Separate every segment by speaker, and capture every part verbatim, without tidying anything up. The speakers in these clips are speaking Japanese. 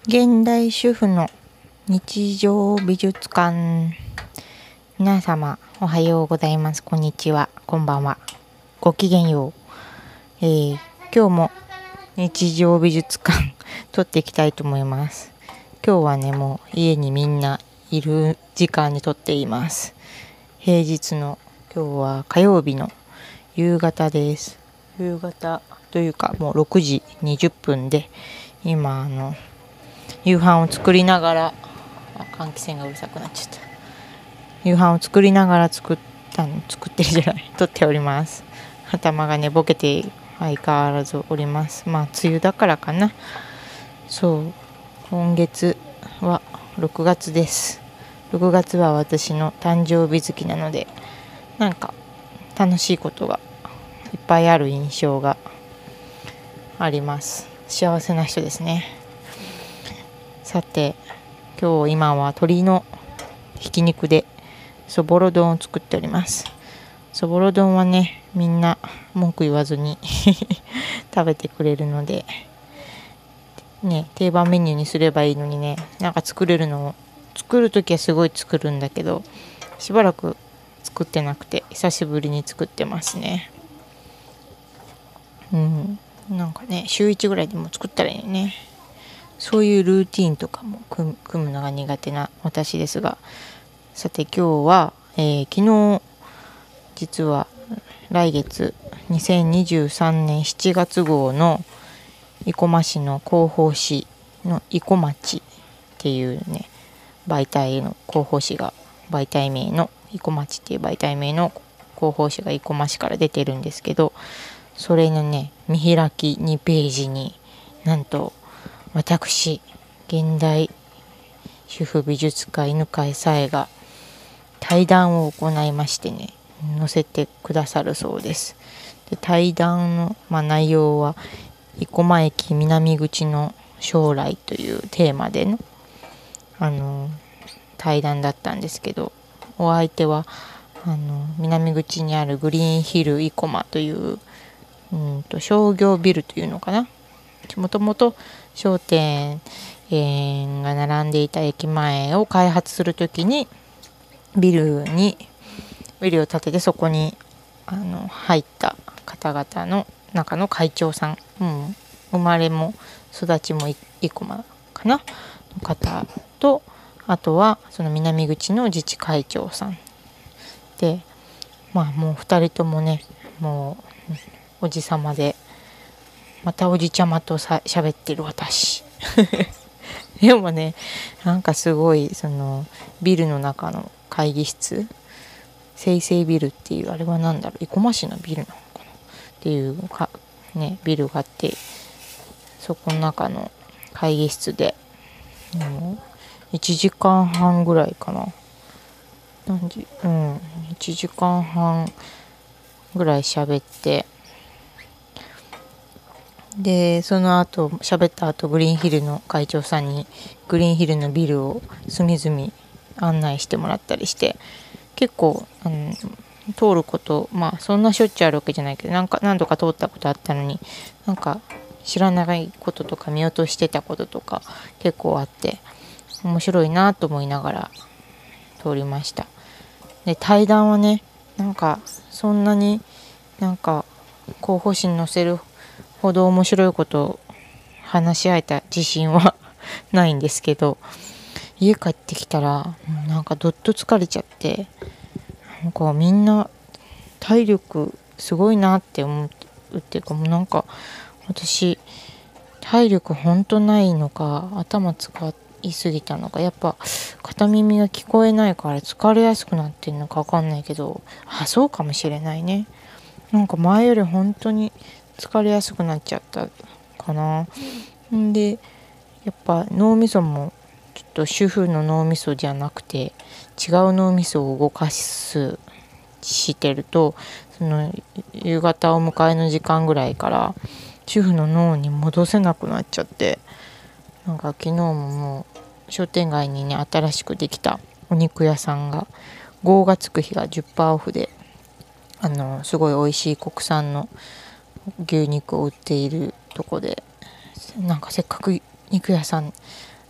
Speaker 1: 現代主婦の日常美術館。皆様おはようございます。こんにちは、こんばんは、ごきげんよう。えー、今日も日常美術館撮っていきたいと思います。今日はね、もう家にみんないる時間に撮っています。平日の今日は火曜日の夕方です。夕方というかもうろくじにじゅっぷんで、今あの夕飯を作りながら、あ、換気扇がうるさくなっちゃった。夕飯を作りながら作ったの作ってるじゃない撮っております。頭がねボケて相変わらずおります。まあ梅雨だからかな。そう、今月はろくがつです。ろくがつは私の誕生日月なので、なんか楽しいことがいっぱいある印象があります。幸せな人ですね。さて、今日今は鶏のひき肉でそぼろ丼を作っております。そぼろ丼はね、みんな文句言わずに食べてくれるのでね、定番メニューにすればいいのにね、なんか作れるのを作るときはすごい作るんだけど、しばらく作ってなくて久しぶりに作ってますね。うん、なんかね、週いちぐらいでも作ったらいいよね。そういうルーティーンとかも組むのが苦手な私ですが、さて今日は、えー、昨日実は来月にせんにじゅうさんねんしちがつ号の生駒市の広報誌の生駒町っていうね媒体の広報誌が、媒体名の生駒町っていう媒体名の広報誌が生駒市から出てるんですけど、それのね見開きにページになんと私現代主婦美術家犬飼沙絵が対談を行いましてね、載せてくださるそうです。で対談の、まあ、内容は生駒駅南口の将来というテーマでの、あの対談だったんですけど、お相手はあの南口にあるグリーンヒル生駒という、うんと商業ビルというのかな、もともと商店が並んでいた駅前を開発するときにビルにビルを建てて、そこにあの入った方々の中の会長さん、うん、生まれも育ちも生駒かなの方と、あとはその南口の自治会長さんで、まあもうふたりともね、もうおじさまで、またおじちゃまとさ喋ってる私でもね、なんかすごいそのビルの中の会議室、生成ビルっていう、あれはなんだろう、生駒市のビルなのかなっていうか、ね、ビルがあって、そこの中の会議室で、うん、いちじかんはんぐらいかな、何時、うん、いちじかんはんぐらい喋って、でその後喋った後グリーンヒルの会長さんにグリーンヒルのビルを隅々案内してもらったりして、結構あの通ること、まあそんなしょっちゅうあるわけじゃないけど、なんか何度か通ったことあったのに、なんか知らないこととか見落としてたこととか結構あって、面白いなと思いながら通りました。で対談はね、なんかそんなになんか候補誌に載せるほど面白いことを話し合えた自信はないんですけど、家帰ってきたらなんかどっと疲れちゃって、なんかみんな体力すごいなって思うっていうか、もうなんか私体力ほんとないのか、頭使いすぎたのか、やっぱ片耳が聞こえないから疲れやすくなってるのか分かんないけど、あ、そうかもしれないね。なんか前より本当に疲れやすくなっちゃったかな。んでやっぱ脳みそもちょっと主婦の脳みそじゃなくて違う脳みそを動かすしてると、その夕方お迎えの時間ぐらいから主婦の脳に戻せなくなっちゃって、なんか昨日ももう商店街にね新しくできたお肉屋さんがごがつく日が じゅっパーセント オフで、あのすごい美味しい国産の牛肉を売っているとこで、なんかせっかく肉屋さん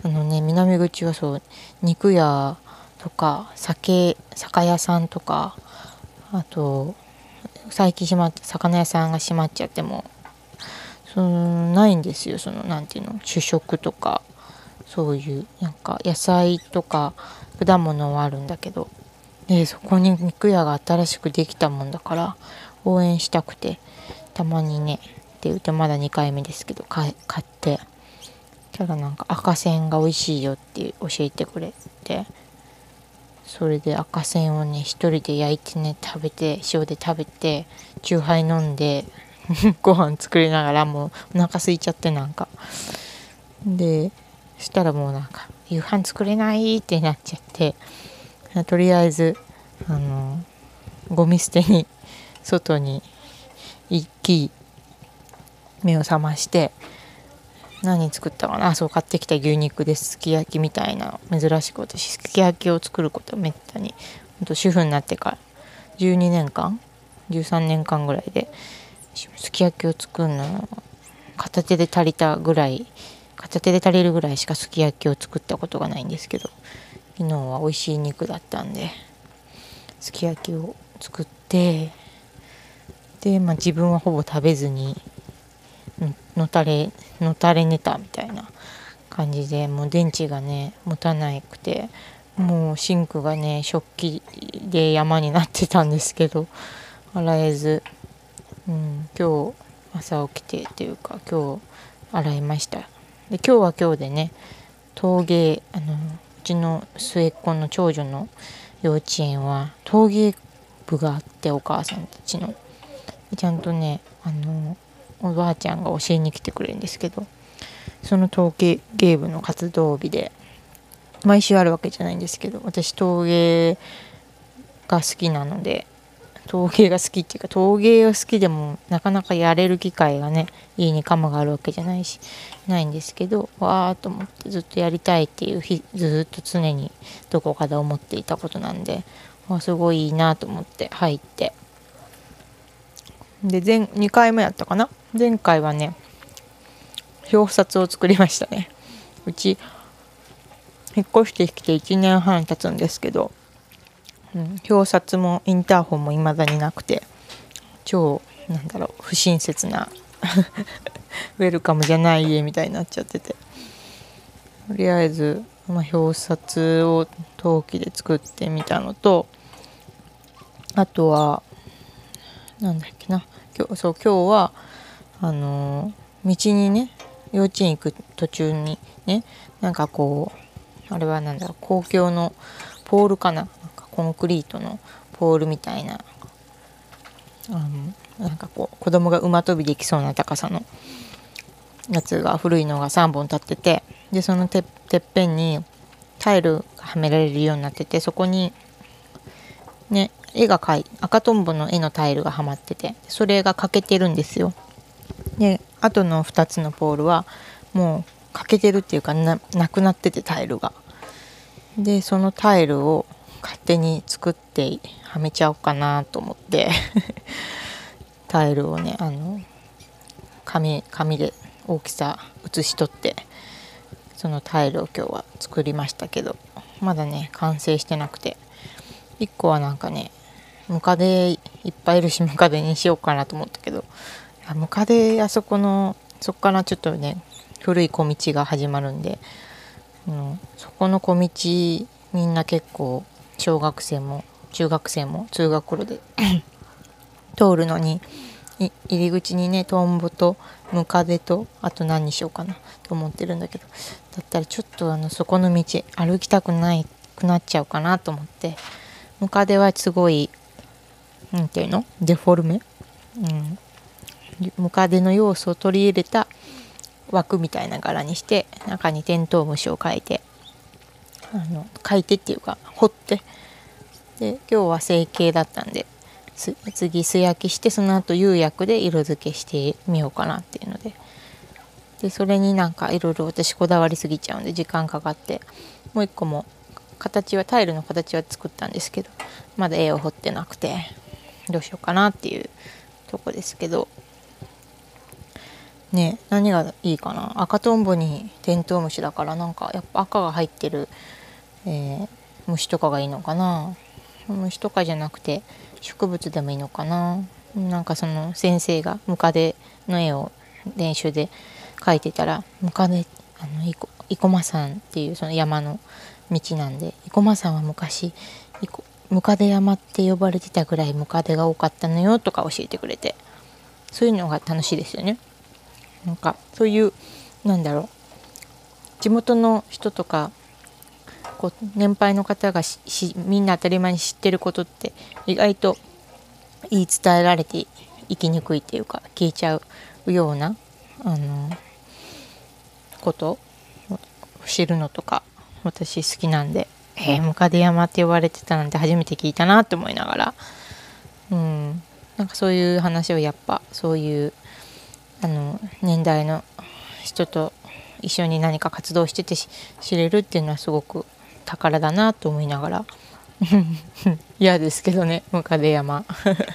Speaker 1: あのね南口はそう肉屋とか酒酒屋さんとか、あと最近閉まって魚屋さんが閉まっちゃってもそのないんですよ。そのなんていうの主食とかそういうなんか野菜とか果物はあるんだけど、でそこに肉屋が新しくできたもんだから応援したくてたまにねって言うとまだにかいめですけど買買ってたらなんか赤せんが美味しいよって教えてくれて、それで赤せんをね一人で焼いてね食べて塩で食べてチューハイ飲んでご飯作りながらもうお腹空いちゃってなんかでしたらもうなんか夕飯作れないってなっちゃって、とりあえずあのゴミ捨てに外に行き目を覚まして何作ったかな、あそう買ってきた牛肉ですき焼きみたいな、珍しく私すき焼きを作ることはめったにほんと主婦になってからじゅうにねんかんじゅうさんねんかんぐらいですき焼きを作るの片手で足りたぐらい片手で足りるぐらいしかすき焼きを作ったことがないんですけど、昨日は美味しい肉だったんですき焼きを作ってで、まあ、自分はほぼ食べずにのたれのたれ寝たみたいな感じで、もう電池がね持たなくてもうシンクがね食器で山になってたんですけど洗えず、うん、今日朝起きてっていうか今日洗いました。で今日は今日でね陶芸あのうちの末っ子の長女の幼稚園は陶芸部があって、お母さんたちのちゃんとねあのおばあちゃんが教えに来てくれるんですけど、その陶芸部の活動日で毎週あるわけじゃないんですけど、私陶芸が好きなので陶芸が好きっていうか陶芸が好きでもなかなかやれる機会がね家に鎌があるわけじゃないしないんですけど、わーと思ってずっとやりたいっていう日ずっと常にどこかで思っていたことなんで、わすごいいいなと思って入って、で前にかいめやったかな、前回はね表札を作りましたね。うち引っ越してきていちねんはん経つんですけど、うん、表札もインターホンも未だになくて超なんだろう不親切なウェルカムじゃない家みたいになっちゃってて、とりあえず、まあ、表札を陶器で作ってみたのと、あとはなんだっけな今日そう今日はあのー、道にね幼稚園行く途中にねなんかこうあれはなんだろう公共のポールかな、なんかコンクリートのポールみたいな、うん、なんかこう子供が馬跳びできそうな高さのやつが古いのがさんぼん立ってて、でそのててっぺんにタイルがはめられるようになってて、そこにね絵が描い赤とんぼの絵のタイルがはまっててそれが欠けてるんですよ。であとのふたつのポールはもう欠けてるっていうか な, なくなっててタイルが、でそのタイルを勝手に作ってはめちゃおうかなと思ってタイルをねあの 紙, 紙で大きさ写し取ってそのタイルを今日は作りましたけど、まだね完成してなくて、いっこはなんかねムカデいっぱいいるしムカデにしようかなと思ったけど、ムカデあそこのそこからちょっとね古い小道が始まるんで、うん、そこの小道みんな結構小学生も中学生も通学路で通るのに入り口にねトンボとムカデとあと何にしようかなと思ってるんだけど、だったらちょっとあのそこの道歩きたくないくなっちゃうかなと思って、ムカデはすごいなんていうのデフォルメ、うん、ムカデの要素を取り入れた枠みたいな柄にして中にテントウムシを描いてあの描いてっていうか彫って、で今日は成形だったんで次素焼きしてその後釉薬で色付けしてみようかなっていうので、でそれになんかいろいろ私こだわりすぎちゃうんで時間かかって、もう一個も形はタイルの形は作ったんですけどまだ絵を彫ってなくてどうしようかなっていうとこですけど、 ね、何がいいかな。赤とんぼにテントウムシだから、なんかやっぱ赤が入ってる、えー、虫とかがいいのかな。虫とかじゃなくて植物でもいいのかな。なんかその先生がムカデの絵を練習で描いてたら、ムカデあの生駒山っていうその山の道なんで、生駒山は昔ムカデ山って呼ばれてたぐらいムカデが多かったのよとか教えてくれて、そういうのが楽しいですよね。なんかそういうなんだろう、地元の人とかこう年配の方がししみんな当たり前に知ってることって意外と言い伝えられて生きにくいっていうか消えちゃうようなあのことを知るのとか私好きなんで、えー、ムカデ山って呼ばれてたなんて初めて聞いたなって思いながら、うん、なんかそういう話をやっぱそういうあの年代の人と一緒に何か活動してて知れるっていうのはすごく宝だなと思いながら嫌ですけどね、ムカデ山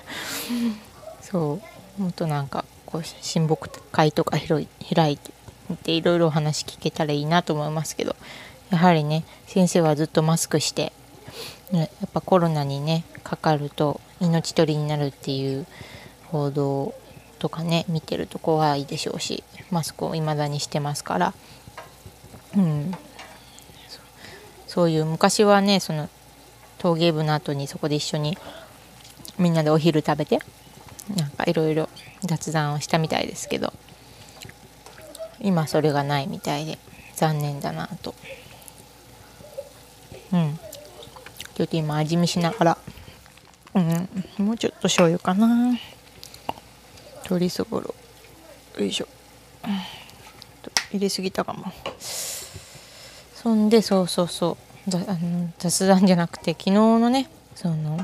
Speaker 1: そうもっとなんかこう親睦会とか開いてでいろいろお話聞けたらいいなと思いますけど、やはりね先生はずっとマスクして、ね、やっぱコロナにねかかると命取りになるっていう報道とかね見てると怖いでしょうし、マスクを未だにしてますから、うん、そ, そういう昔はねその陶芸部の後にそこで一緒にみんなでお昼食べてなんかいろいろ雑談をしたみたいですけど、今それがないみたいで残念だなと。うんちょっと今味見しながら、うん、もうちょっと醤油かな。鶏そぼろよいしょ、うん、入れすぎたかも。そんでそうそうそうだあの雑談じゃなくて昨日のねその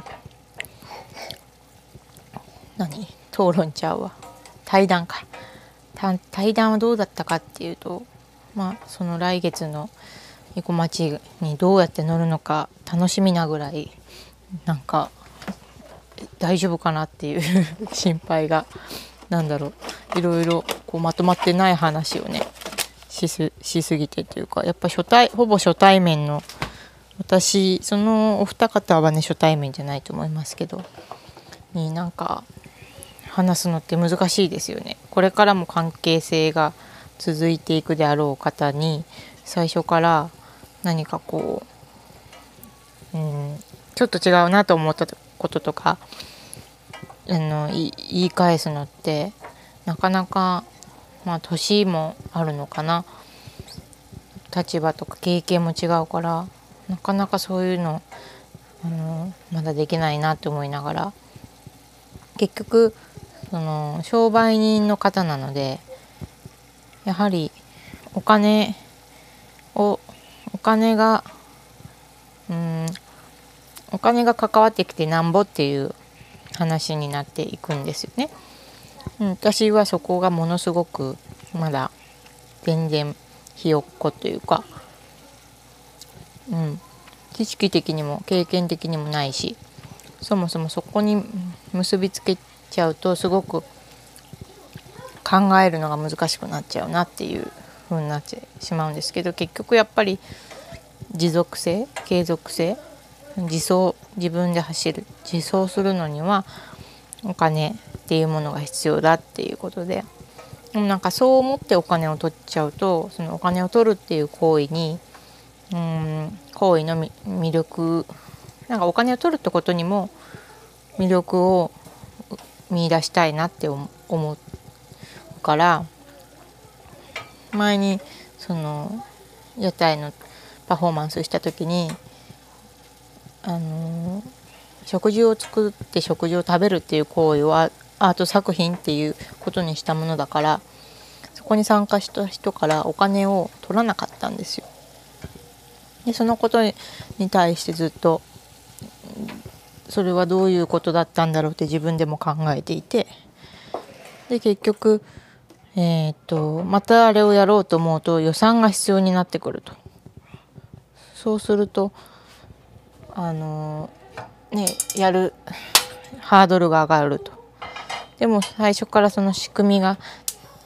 Speaker 1: 何討論ちゃうわ対談か対談はどうだったかっていうと、まあその来月の生駒町にどうやって乗るのか楽しみなぐらいなんか大丈夫かなっていう心配がなんだろういろいろこうまとまってない話をねし す, しすぎてというか、やっぱ初対ほぼ初対面の私そのお二方はね初対面じゃないと思いますけどになんか話すのって難しいですよね。これからも関係性が続いていくであろう方に最初から何かこう、うん、ちょっと違うなと思ったこととかあの言い返すのってなかなか、まあ年もあるのかな、立場とか経験も違うからなかなかそういうのあのまだできないなって思いながら、結局その商売人の方なのでやはりお金をお金がうんお金が関わってきてなんぼっていう話になっていくんですよね。私はそこがものすごくまだ全然ひよっこというか、うん、知識的にも経験的にもないし、そもそもそこに結びつけちゃうとすごく考えるのが難しくなっちゃうなっていう風になってしまうんですけど、結局やっぱり持続性継続性自走自分で走る自走するのにはお金っていうものが必要だっていうことで、でもなんかそう思ってお金を取っちゃうとそのお金を取るっていう行為にうーん行為の魅力なんかお金を取るってことにも魅力を見出したいなって思うから、前にその屋台のパフォーマンスした時にあの食事を作って食事を食べるっていう行為はアート作品っていうことにしたものだから、そこに参加した人からお金を取らなかったんですよ。でそのことに対してずっとそれはどういうことだったんだろうって自分でも考えていて、で結局えー、っとまたあれをやろうと思うと予算が必要になってくると。そうするとあのねやるハードルが上がると。でも最初からその仕組みが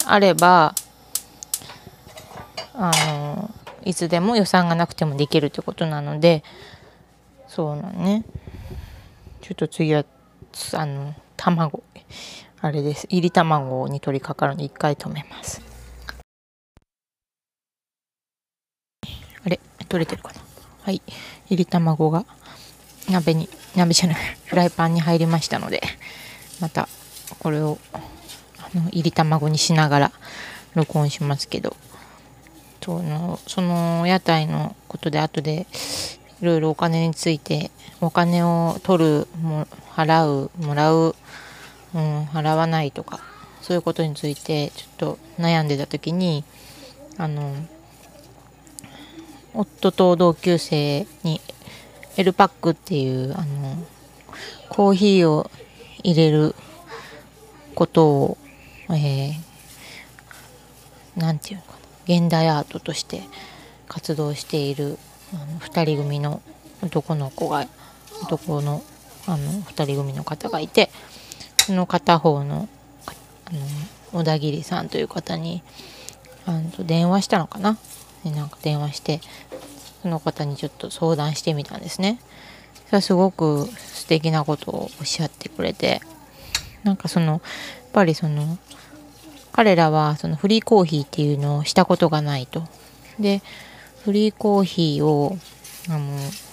Speaker 1: あればあのいつでも予算がなくてもできるってことなので、そうなのね。ちょっと次はあの卵あれです入り卵に取り掛かるので一回止めます。あれ取れてるかな。はい、入り卵が鍋に鍋じゃないフライパンに入りましたので、またこれをあの入り卵にしながら録音しますけど、そのその屋台のことで後でいろいろお金について、お金を取るも払うもらう、うん、払わないとかそういうことについてちょっと悩んでた時に、あの夫と同級生にエルパックっていうあのコーヒーを入れることを、えー、なんていうのかな、現代アートとして活動しているあのふたり組の男の子が男のあのふたり組の方がいて、その片方のあの小田切さんという方にあの電話したのかな、でなんか電話してその方にちょっと相談してみたんですね。それはすごく素敵なことをおっしゃってくれて、なんかそのやっぱりその彼らはそのフリーコーヒーっていうのをしたことがないと。でフリーコーヒーをあの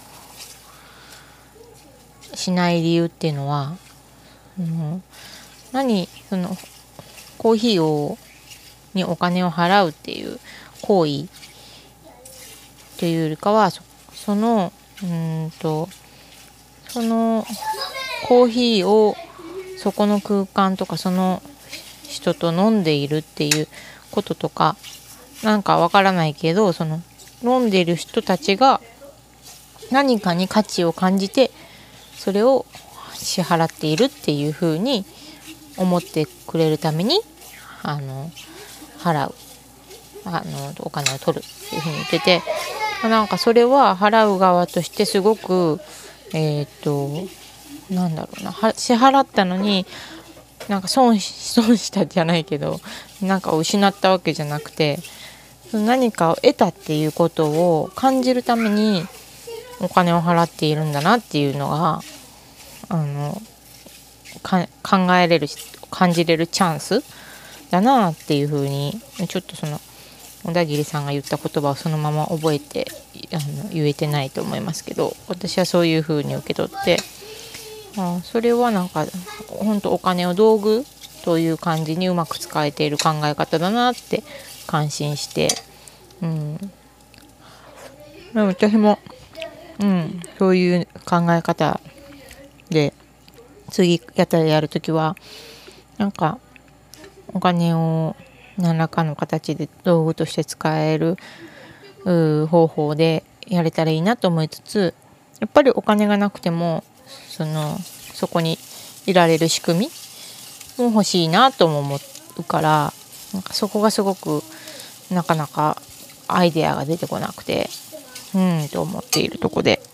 Speaker 1: しない理由っていうのは、うん、何そのコーヒーをにお金を払うっていう行為というよりかは、そ、そのうんとそのコーヒーをそこの空間とかその人と飲んでいるっていうこととか、なんかわからないけど、その飲んでいる人たちが何かに価値を感じてそれを支払っているっていう風に思ってくれるためにあの払うあのお金を取るっていう風に言ってて、なんかそれは払う側としてすごくえっとなんだろうな、支払ったのになんか損損したじゃないけど、なんか失ったわけじゃなくて、何かを得たっていうことを感じるためにお金を払っているんだなっていうのがあのか考えれる感じれるチャンスだなっていうふうに、ちょっとその小田切さんが言った言葉をそのまま覚えてあの言えてないと思いますけど、私はそういうふうに受け取って、あそれはなんか本当お金を道具という感じにうまく使えている考え方だなって感心して、うん、でも私も、うん、そういう考え方で次やったらやるときはなんかお金を何らかの形で道具として使える方法でやれたらいいなと思いつつ、やっぱりお金がなくてもそのそこにいられる仕組みも欲しいなとも思うから、なんかそこがすごくなかなかアイデアが出てこなくてうんと思っているとこで、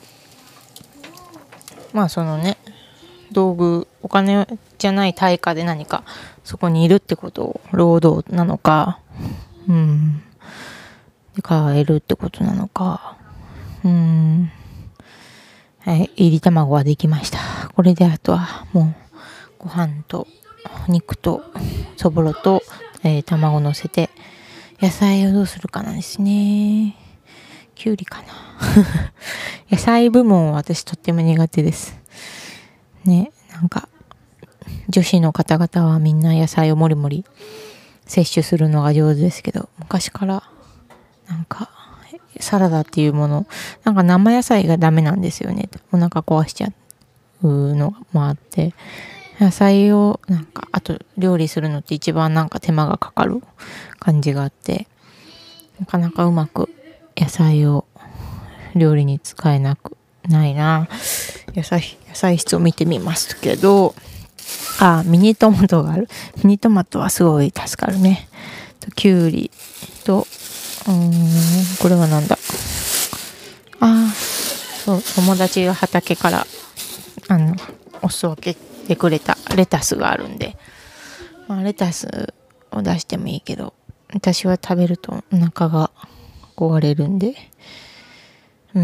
Speaker 1: まあそのね道具お金じゃない対価で何かそこにいるってことを労働なのか、うんで買えるってことなのか、うんはい、入り卵はできました。これであとはもうご飯と肉とそぼろと、えー、卵乗せて、野菜をどうするかなんですね。きゅうりかな野菜部門は私とっても苦手ですね。なんか女子の方々はみんな野菜をもりもり摂取するのが上手ですけど、昔からなんかサラダっていうもの、なんか生野菜がダメなんですよね。お腹壊しちゃうのもあって、野菜をなんかあと料理するのって一番なんか手間がかかる感じがあって、なかなかうまく野菜を料理に使えなくないな。野菜野菜室を見てみますけど、あミニトマトがある。ミニトマトはすごい助かるね。ときゅうりとうーんこれはなんだ、あそう友達が畑からあのお裾分けてくれたレタスがあるんで、まあ、レタスを出してもいいけど、私は食べるとお腹が壊れるんで、うん、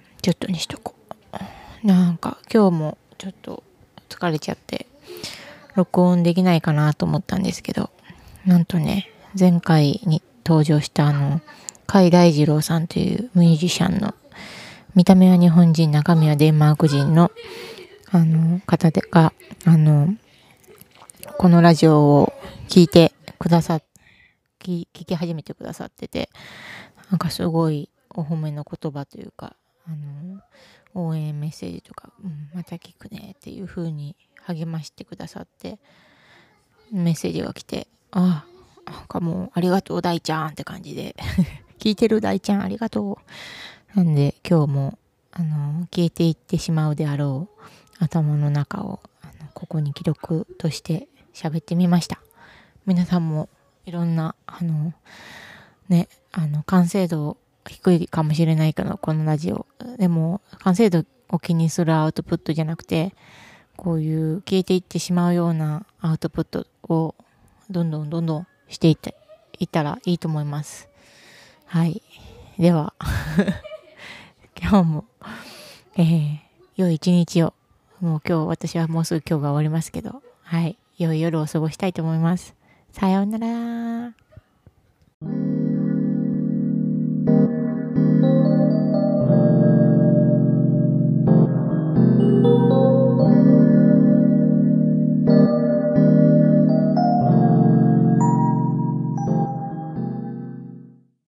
Speaker 1: ちょっとにしとこう。なんか今日もちょっと疲れちゃって、録音できないかなと思ったんですけど、なんとね、前回に登場したあの、甲斐大二郎さんというミュージシャンの、見た目は日本人、中身はデンマーク人の、あの、方でが、あの、このラジオを聞いてくださっ聞聞き始めてくださってて、なんかすごいお褒めの言葉というか、あの応援メッセージとか、うん、また聞くねっていう風に励ましてくださって、メッセージが来て、ああ、なんかもうありがとう大ちゃんって感じで聞いてる大ちゃんありがとう。なんで今日もあの消えていってしまうであろう頭の中をあのここに記録として喋ってみました。皆さんもいろんな、あの、ね、あの、完成度低いかもしれないけど、このラジオ。でも、完成度を気にするアウトプットじゃなくて、こういう消えていってしまうようなアウトプットを、どんどんどんどんしていっていったらいいと思います。はい。では、今日も、えー、良い一日を。もう今日、私はもうすぐ今日が終わりますけど、はい。良い夜を過ごしたいと思います。さようなら。